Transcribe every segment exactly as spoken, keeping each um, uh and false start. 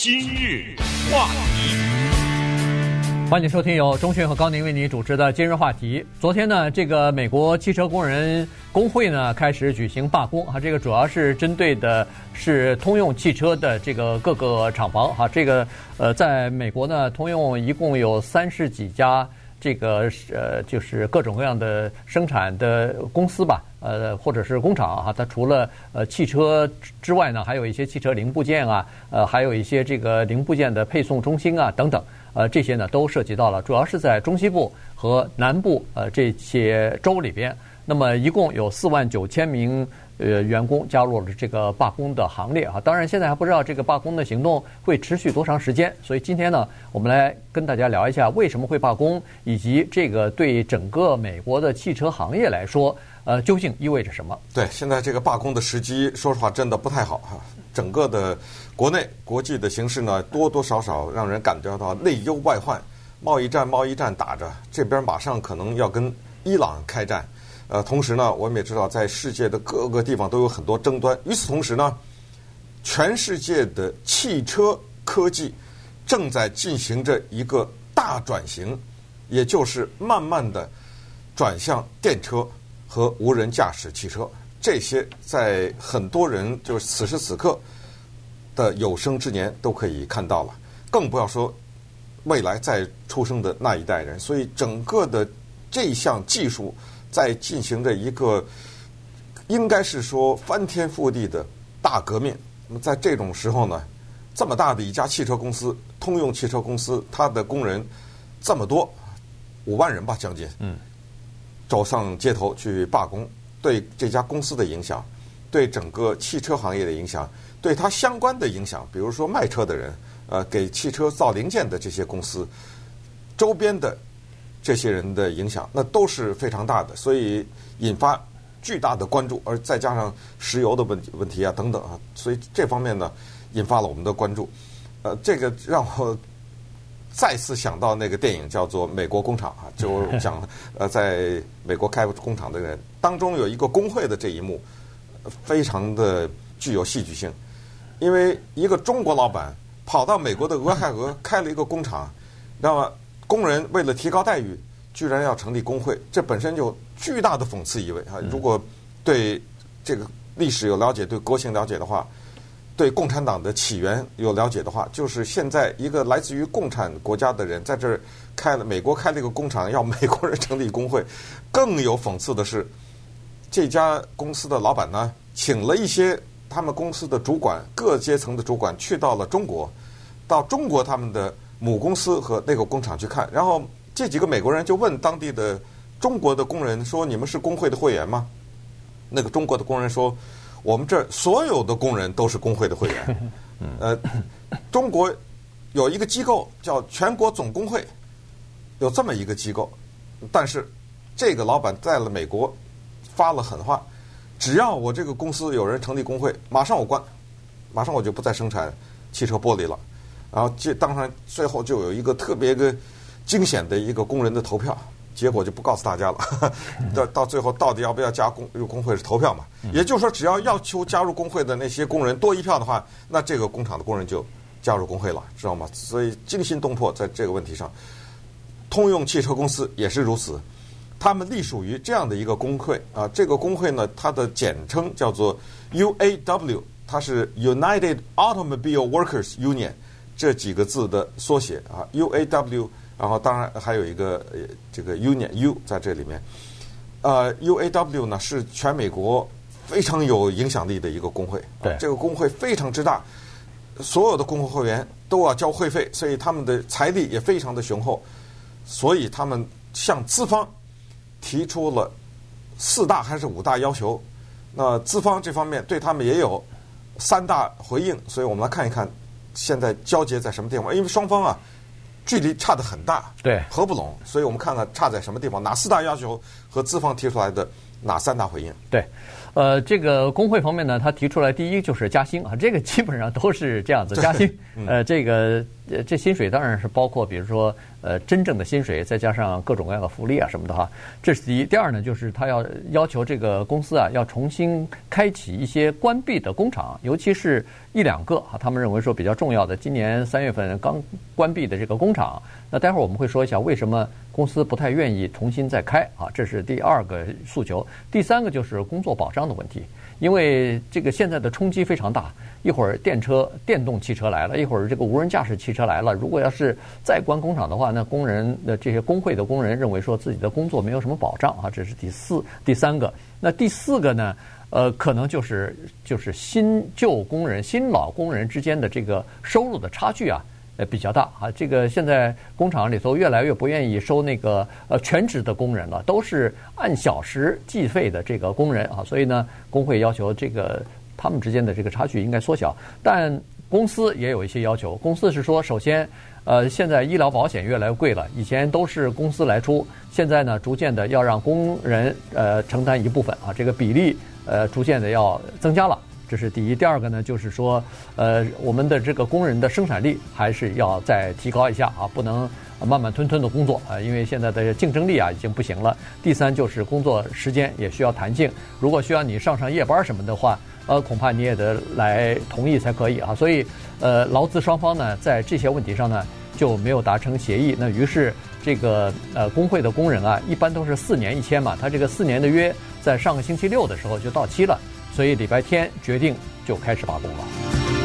今日话题， 欢迎收听由钟迅和高宁为你主持的今日话题。昨天呢，这个美国汽车工人工会呢开始举行罢工哈，这个主要是针对的是通用汽车的这个各个厂房哈。这个呃，在美国呢，通用一共有三十几家这个呃，就是各种各样的生产的公司吧。呃，或者是工厂啊，它除了呃汽车之外呢，还有一些汽车零部件啊，呃，还有一些这个零部件的配送中心啊等等，呃，这些呢都涉及到了，主要是在中西部和南部呃这些州里边。那么一共有四万九千名呃员工加入了这个罢工的行列啊。当然，现在还不知道这个罢工的行动会持续多长时间，所以今天呢，我们来跟大家聊一下为什么会罢工，以及这个对整个美国的汽车行业来说。呃，究竟意味着什么？ 对，现在这个罢工的时机，说实话真的不太好哈。整个的国内、国际的形势呢，多多少少让人感觉到内忧外患，贸易战、贸易战打着，这边马上可能要跟伊朗开战。呃，同时呢，我们也知道，在世界的各个地方都有很多争端。与此同时呢，全世界的汽车科技正在进行着一个大转型，也就是慢慢的转向电车和无人驾驶汽车，这些在很多人就是此时此刻的有生之年都可以看到了，更不要说未来再出生的那一代人。所以整个的这项技术在进行着一个应该是说翻天覆地的大革命。那么在这种时候呢，这么大的一家汽车公司，通用汽车公司，它的工人这么多，五万人吧，将近，嗯。走上街头去罢工，对这家公司的影响，对整个汽车行业的影响，对它相关的影响，比如说卖车的人，呃，给汽车造零件的这些公司，周边的这些人的影响，那都是非常大的，所以引发巨大的关注，而再加上石油的问题问题啊等等啊，所以这方面呢，引发了我们的关注。呃，这个让我再次想到那个电影叫做《美国工厂》啊，就讲呃，在美国开工厂的人当中有一个工会的这一幕，非常的具有戏剧性。因为一个中国老板跑到美国的俄亥俄开了一个工厂，那么工人为了提高待遇，居然要成立工会，这本身就巨大的讽刺意味啊！如果对这个历史有了解，对国情了解的话，对共产党的起源有了解的话，就是现在一个来自于共产国家的人在这儿开了美国开了一个工厂，要美国人成立工会。更有讽刺的是，这家公司的老板呢，请了一些他们公司的主管，各阶层的主管去到了中国，到中国他们的母公司和那个工厂去看。然后这几个美国人就问当地的中国的工人说：“你们是工会的会员吗？”那个中国的工人说：“我们这儿所有的工人都是工会的会员。呃，中国有一个机构叫全国总工会，有这么一个机构，但是这个老板在了美国发了狠话，只要我这个公司有人成立工会，马上我关，马上我就不再生产汽车玻璃了。然后这当然最后就有一个特别个惊险的一个工人的投票。”结果就不告诉大家了，到到最后到底要不要加工入工会是投票嘛？也就是说，只要要求加入工会的那些工人多一票的话，那这个工厂的工人就加入工会了，知道吗？所以惊心动魄在这个问题上，通用汽车公司也是如此，他们隶属于这样的一个工会啊。这个工会呢，它的简称叫做 U A W， 它是 United Automobile Workers Union 这几个字的缩写啊 ，U A W。然后当然还有一个呃这个 Union U 在这里面，呃 U A W 呢是全美国非常有影响力的一个工会， 对， 这个工会非常之大，所有的工会会员都要交会费，所以他们的财力也非常的雄厚，所以他们向资方提出了四大还是五大要求，那资方这方面对他们也有三大回应，所以我们来看一看现在交接在什么地方，因为双方啊距离差得很大， 对， 合不拢，所以我们看看差在什么地方，哪四大要求和资方提出来的哪三大回应？ 对，呃，这个工会方面呢，他提出来第一就是加薪啊，这个基本上都是这样子，加薪。呃，这个呃，这薪水当然是包括比如说呃真正的薪水，再加上各种各样的福利啊什么的哈。这是第一。第二呢，就是他要要求这个公司啊要重新开启一些关闭的工厂，尤其是一两个啊，他们认为说比较重要的，今年三月份刚关闭的这个工厂。那待会儿我们会说一下为什么公司不太愿意重新再开啊，这是第二个诉求。第三个就是工作保障的问题。因为这个现在的冲击非常大，一会儿电车、电动汽车来了，一会儿这个无人驾驶汽车来了。如果要是再关工厂的话，那工人的这些工会的工人认为说自己的工作没有什么保障啊，这是第四、第三个。那第四个呢？呃，可能就是就是新旧工人、新老工人之间的这个收入的差距啊。呃，比较大啊，这个现在工厂里头越来越不愿意收那个呃全职的工人了，都是按小时计费的这个工人啊，所以呢，工会要求这个他们之间的这个差距应该缩小，但公司也有一些要求。公司是说，首先，呃，现在医疗保险越来越贵了，以前都是公司来出，现在呢，逐渐的要让工人呃承担一部分啊，这个比例呃逐渐的要增加了。这是第一。第二个呢，就是说，呃，我们的这个工人的生产力还是要再提高一下啊，不能慢慢吞吞的工作啊，因为现在的竞争力啊已经不行了。第三就是工作时间也需要弹性，如果需要你上上夜班什么的话，呃，恐怕你也得来同意才可以啊。所以，呃，劳资双方呢，在这些问题上呢就没有达成协议。那于是这个呃工会的工人啊，一般都是四年一签嘛，他这个四年的约在上个星期六的时候就到期了。所以礼拜天决定就开始罢工了。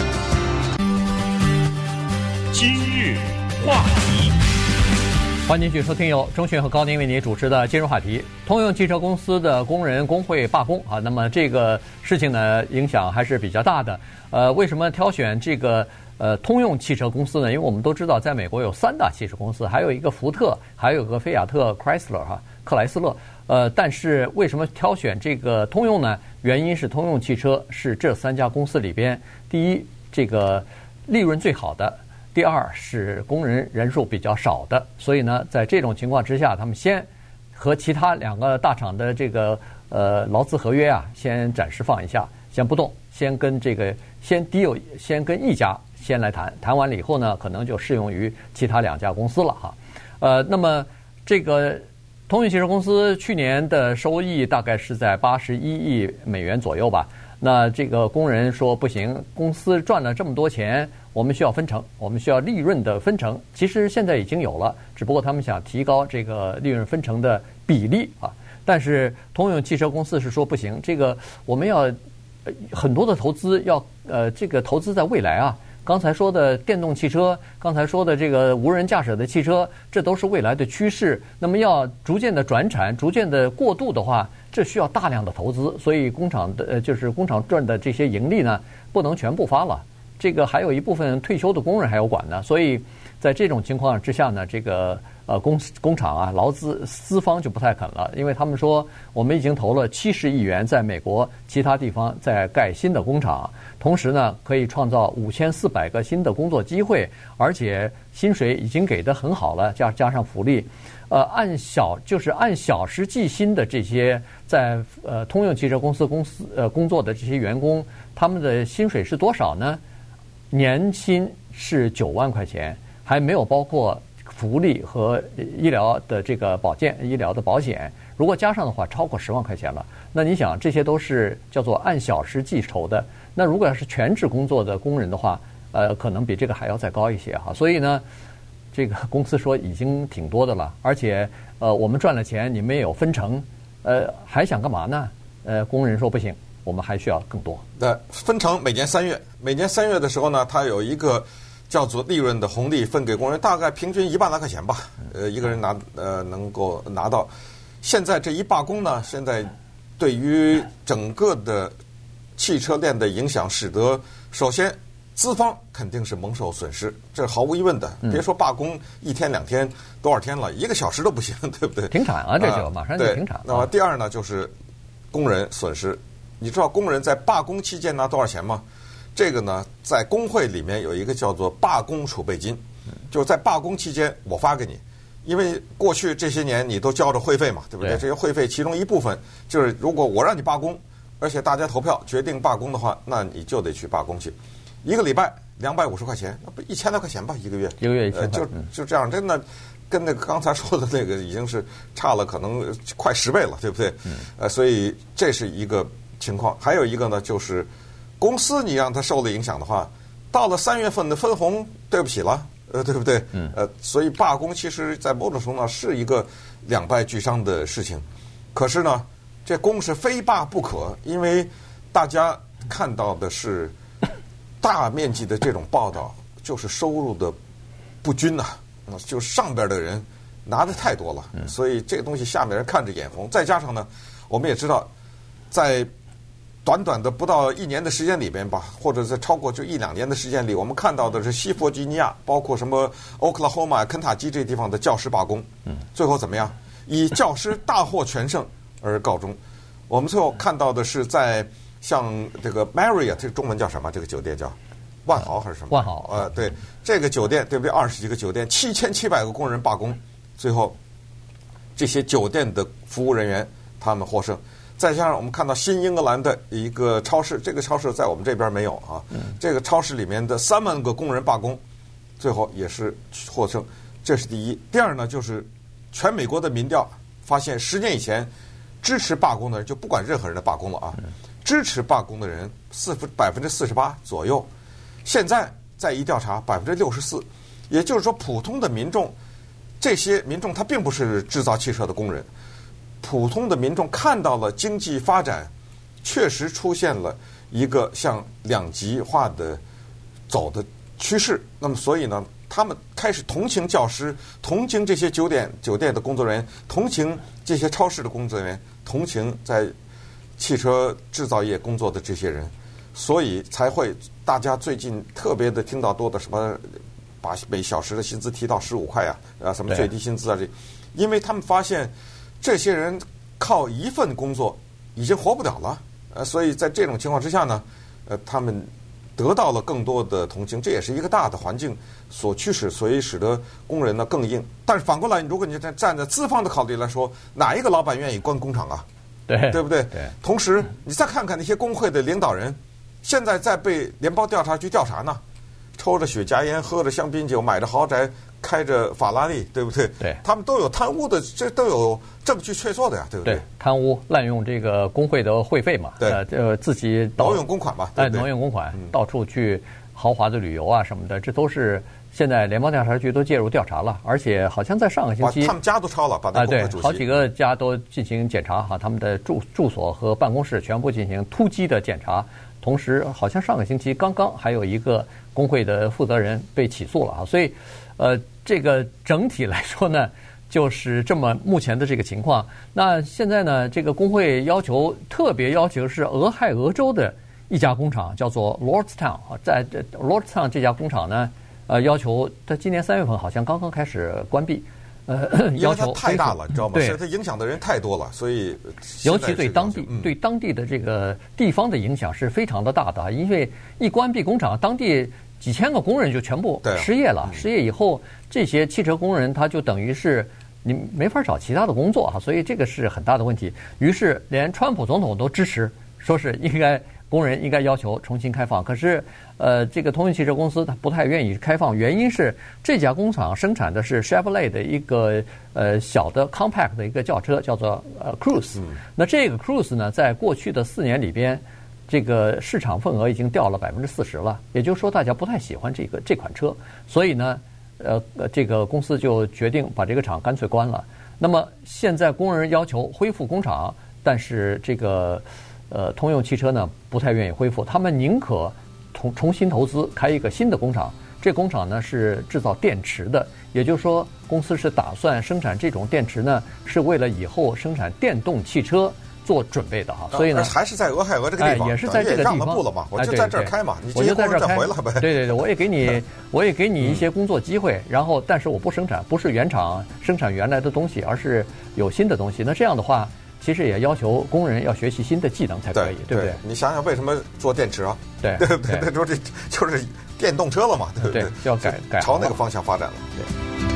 今日话题， 欢迎继续收听由钟迅和高宁为您主持的今日话题。通用汽车公司的工人工会罢工啊，那么这个事情呢影响还是比较大的。呃，为什么挑选这个呃通用汽车公司呢？因为我们都知道，在美国有三大汽车公司，还有一个福特，还有个菲亚特 Chrysler 哈克莱斯勒。呃，但是为什么挑选这个通用呢？原因是通用汽车是这三家公司里边，第一，这个利润最好的；第二是工人人数比较少的。所以呢，在这种情况之下，他们先和其他两个大厂的这个呃劳资合约啊，先暂时放一下，先不动，先跟这个先低有先跟一家先来谈，谈完了以后呢，可能就适用于其他两家公司了哈。呃，那么这个。通用汽车公司去年的收益大概是在八十一亿美元左右吧。那这个工人说不行，公司赚了这么多钱，我们需要分成，我们需要利润的分成。其实现在已经有了，只不过他们想提高这个利润分成的比例啊。但是通用汽车公司是说不行，这个我们要很多的投资，要呃这个投资在未来啊。刚才说的电动汽车，刚才说的这个无人驾驶的汽车，这都是未来的趋势。那么要逐渐的转产，逐渐的过渡的话，这需要大量的投资。所以工厂的呃，就是工厂赚的这些盈利呢，不能全部发了。这个还有一部分退休的工人还要管呢。所以在这种情况之下呢，这个呃工工厂啊，劳资资方就不太肯了，因为他们说我们已经投了七十亿元在美国其他地方在盖新的工厂。同时呢，可以创造五千四百个新的工作机会，而且薪水已经给得很好了，加加上福利，呃，按小就是按小时计薪的这些在呃通用汽车公司公司呃工作的这些员工，他们的薪水是多少呢？年薪是九万块钱，还没有包括福利和医疗的这个保健、医疗的保险。如果加上的话，超过十万块钱了。那你想，这些都是叫做按小时计酬的。那如果要是全职工作的工人的话，呃，可能比这个还要再高一些哈。所以呢，这个公司说已经挺多的了，而且呃，我们赚了钱，你们也有分成，呃，还想干嘛呢？呃，工人说不行，我们还需要更多。 那分成每年三月，每年三月的时候呢，它有一个叫做利润的红利分给工人，大概平均一万来块钱吧，呃，一个人拿呃能够拿到。现在这一罢工呢，现在对于整个的汽车链的影响，使得首先资方肯定是蒙受损失，这是毫无疑问的。别说罢工一天两天多少天了，一个小时都不行，对不对？ 停产啊，这就马上就停产了。 那么第二呢，就是工人损失。你知道工人在罢工期间拿多少钱吗？这个呢，在工会里面有一个叫做罢工储备金，就是在罢工期间我发给你。因为过去这些年你都交着会费嘛，对不对？这些会费其中一部分就是，如果我让你罢工，而且大家投票决定罢工的话，那你就得去罢工去。一个礼拜两百五十块钱，那不一千多块钱吧一个月？ 一个月一千块， 呃、就就这样，真的跟那个刚才说的那个已经是差了可能快十倍了，对不对？嗯。呃，所以这是一个情况。还有一个呢，就是公司你让它受了影响的话，到了三月份的分红，对不起了，呃，对不对？嗯。呃，所以罢工其实在某种程度上是一个两败俱伤的事情。可是呢，这工是非罢不可，因为大家看到的是大面积的这种报道，就是收入的不均呐、啊，就是上边的人拿的太多了，所以这个东西下面人看着眼红。再加上呢，我们也知道，在短短的不到一年的时间里边吧，或者在超过就一两年的时间里，我们看到的是西弗吉尼亚，包括什么俄克拉荷马、肯塔基这地方的教师罢工，最后怎么样？以教师大获全胜而告终。我们最后看到的是在像这个 Marriott， 这个中文叫什么？这个酒店叫万豪还是什么？ 万豪。 呃，对，这个酒店对不对？二十几个酒店，七千七百个工人罢工，最后这些酒店的服务人员他们获胜。再加上我们看到新英格兰的一个超市，这个超市在我们这边没有啊。嗯、这个超市里面的三万个工人罢工，最后也是获胜，这是第一。第二呢，就是全美国的民调发现，十年以前支持罢工的人，就不管任何人的罢工了啊，支持罢工的人四分百分之四十八左右，现在再一调查百分之六十四，也就是说，普通的民众，这些民众他并不是制造汽车的工人，普通的民众看到了经济发展确实出现了一个向两极化的走的趋势，那么所以呢，他们开始同情教师，同情这些酒店酒店的工作人员，同情这些超市的工作人员，同情在汽车制造业工作的这些人，所以才会大家最近特别的听到多的什么把每小时的薪资提到十五块呀，啊什么最低薪资啊这，因为他们发现这些人靠一份工作已经活不了了，呃，所以在这种情况之下呢，呃，他们得到了更多的同情，这也是一个大的环境所驱使，所以使得工人呢更硬。但是反过来，如果你站站在资方的考虑来说，哪一个老板愿意关工厂啊？ 对， 对不对？ 对。 同时，你再看看那些工会的领导人，现在在被联邦调查局调查呢，抽着雪茄烟，喝着香槟酒，买着豪宅，开着法拉利，对不对？ 对。 他们都有贪污的，这都有证据确凿的呀，对不对？ 对，贪污滥用这个工会的会费嘛， 对， 呃，自己挪用公款嘛， 哎，挪用公款，嗯、到处去豪华的旅游啊什么的，这都是现在联邦调查局都介入调查了，而且好像在上个星期， 他们家都抄了，把那工会主席、 啊、对，好几个家都进行检查哈，他们的住住所和办公室全部进行突击的检查。同时，好像上个星期刚刚还有一个工会的负责人被起诉了啊，所以，呃，这个整体来说呢，就是这么目前的这个情况。那现在呢，这个工会要求特别要求是俄亥俄州的一家工厂，叫做 Lordstown 啊，在 Lordstown 这家工厂呢，呃，要求它今年三月份好像刚刚开始关闭。呃，要求太大了，你知道吗？ 对， 它影响的人太多了，所以尤其对当地、嗯、对当地的这个地方的影响是非常的大的。因为一关闭工厂，当地几千个工人就全部失业了。 啊嗯、 失业以后，这些汽车工人他就等于是你没法找其他的工作哈，所以这个是很大的问题。于是连川普总统都支持，说是应该工人应该要求重新开放。可是，呃，这个通用汽车公司它不太愿意开放，原因是这家工厂生产的是 Chevrolet 的一个呃小的 compact 的一个轿车，叫做呃 Cruze、嗯。那这个 Cruze 呢，在过去的四年里边，这个市场份额已经掉了百分之四十了。也就是说，大家不太喜欢这个这款车，所以呢，呃，这个公司就决定把这个厂干脆关了。那么现在工人要求恢复工厂，但是这个呃通用汽车呢不太愿意恢复，他们宁可重重新投资开一个新的工厂，这工厂呢是制造电池的，也就是说公司是打算生产这种电池呢，是为了以后生产电动汽车做准备的哈。所以呢， 还是在俄亥俄这个地方， 哎、也是在这个地方， 让了步了嘛，我就在这儿开嘛， 我就在这儿开回来呗。 对对对，我也给你，我也给你一些工作机会，然后但是我不生产，不是原厂生产原来的东西，而是有新的东西。那这样的话，其实也要求工人要学习新的技能才可以，对不对？ 你想想为什么做电池啊？ 对对不对？那时候这就是电动车了嘛，对不对？ 对，要改改朝那个方向发展了。 对。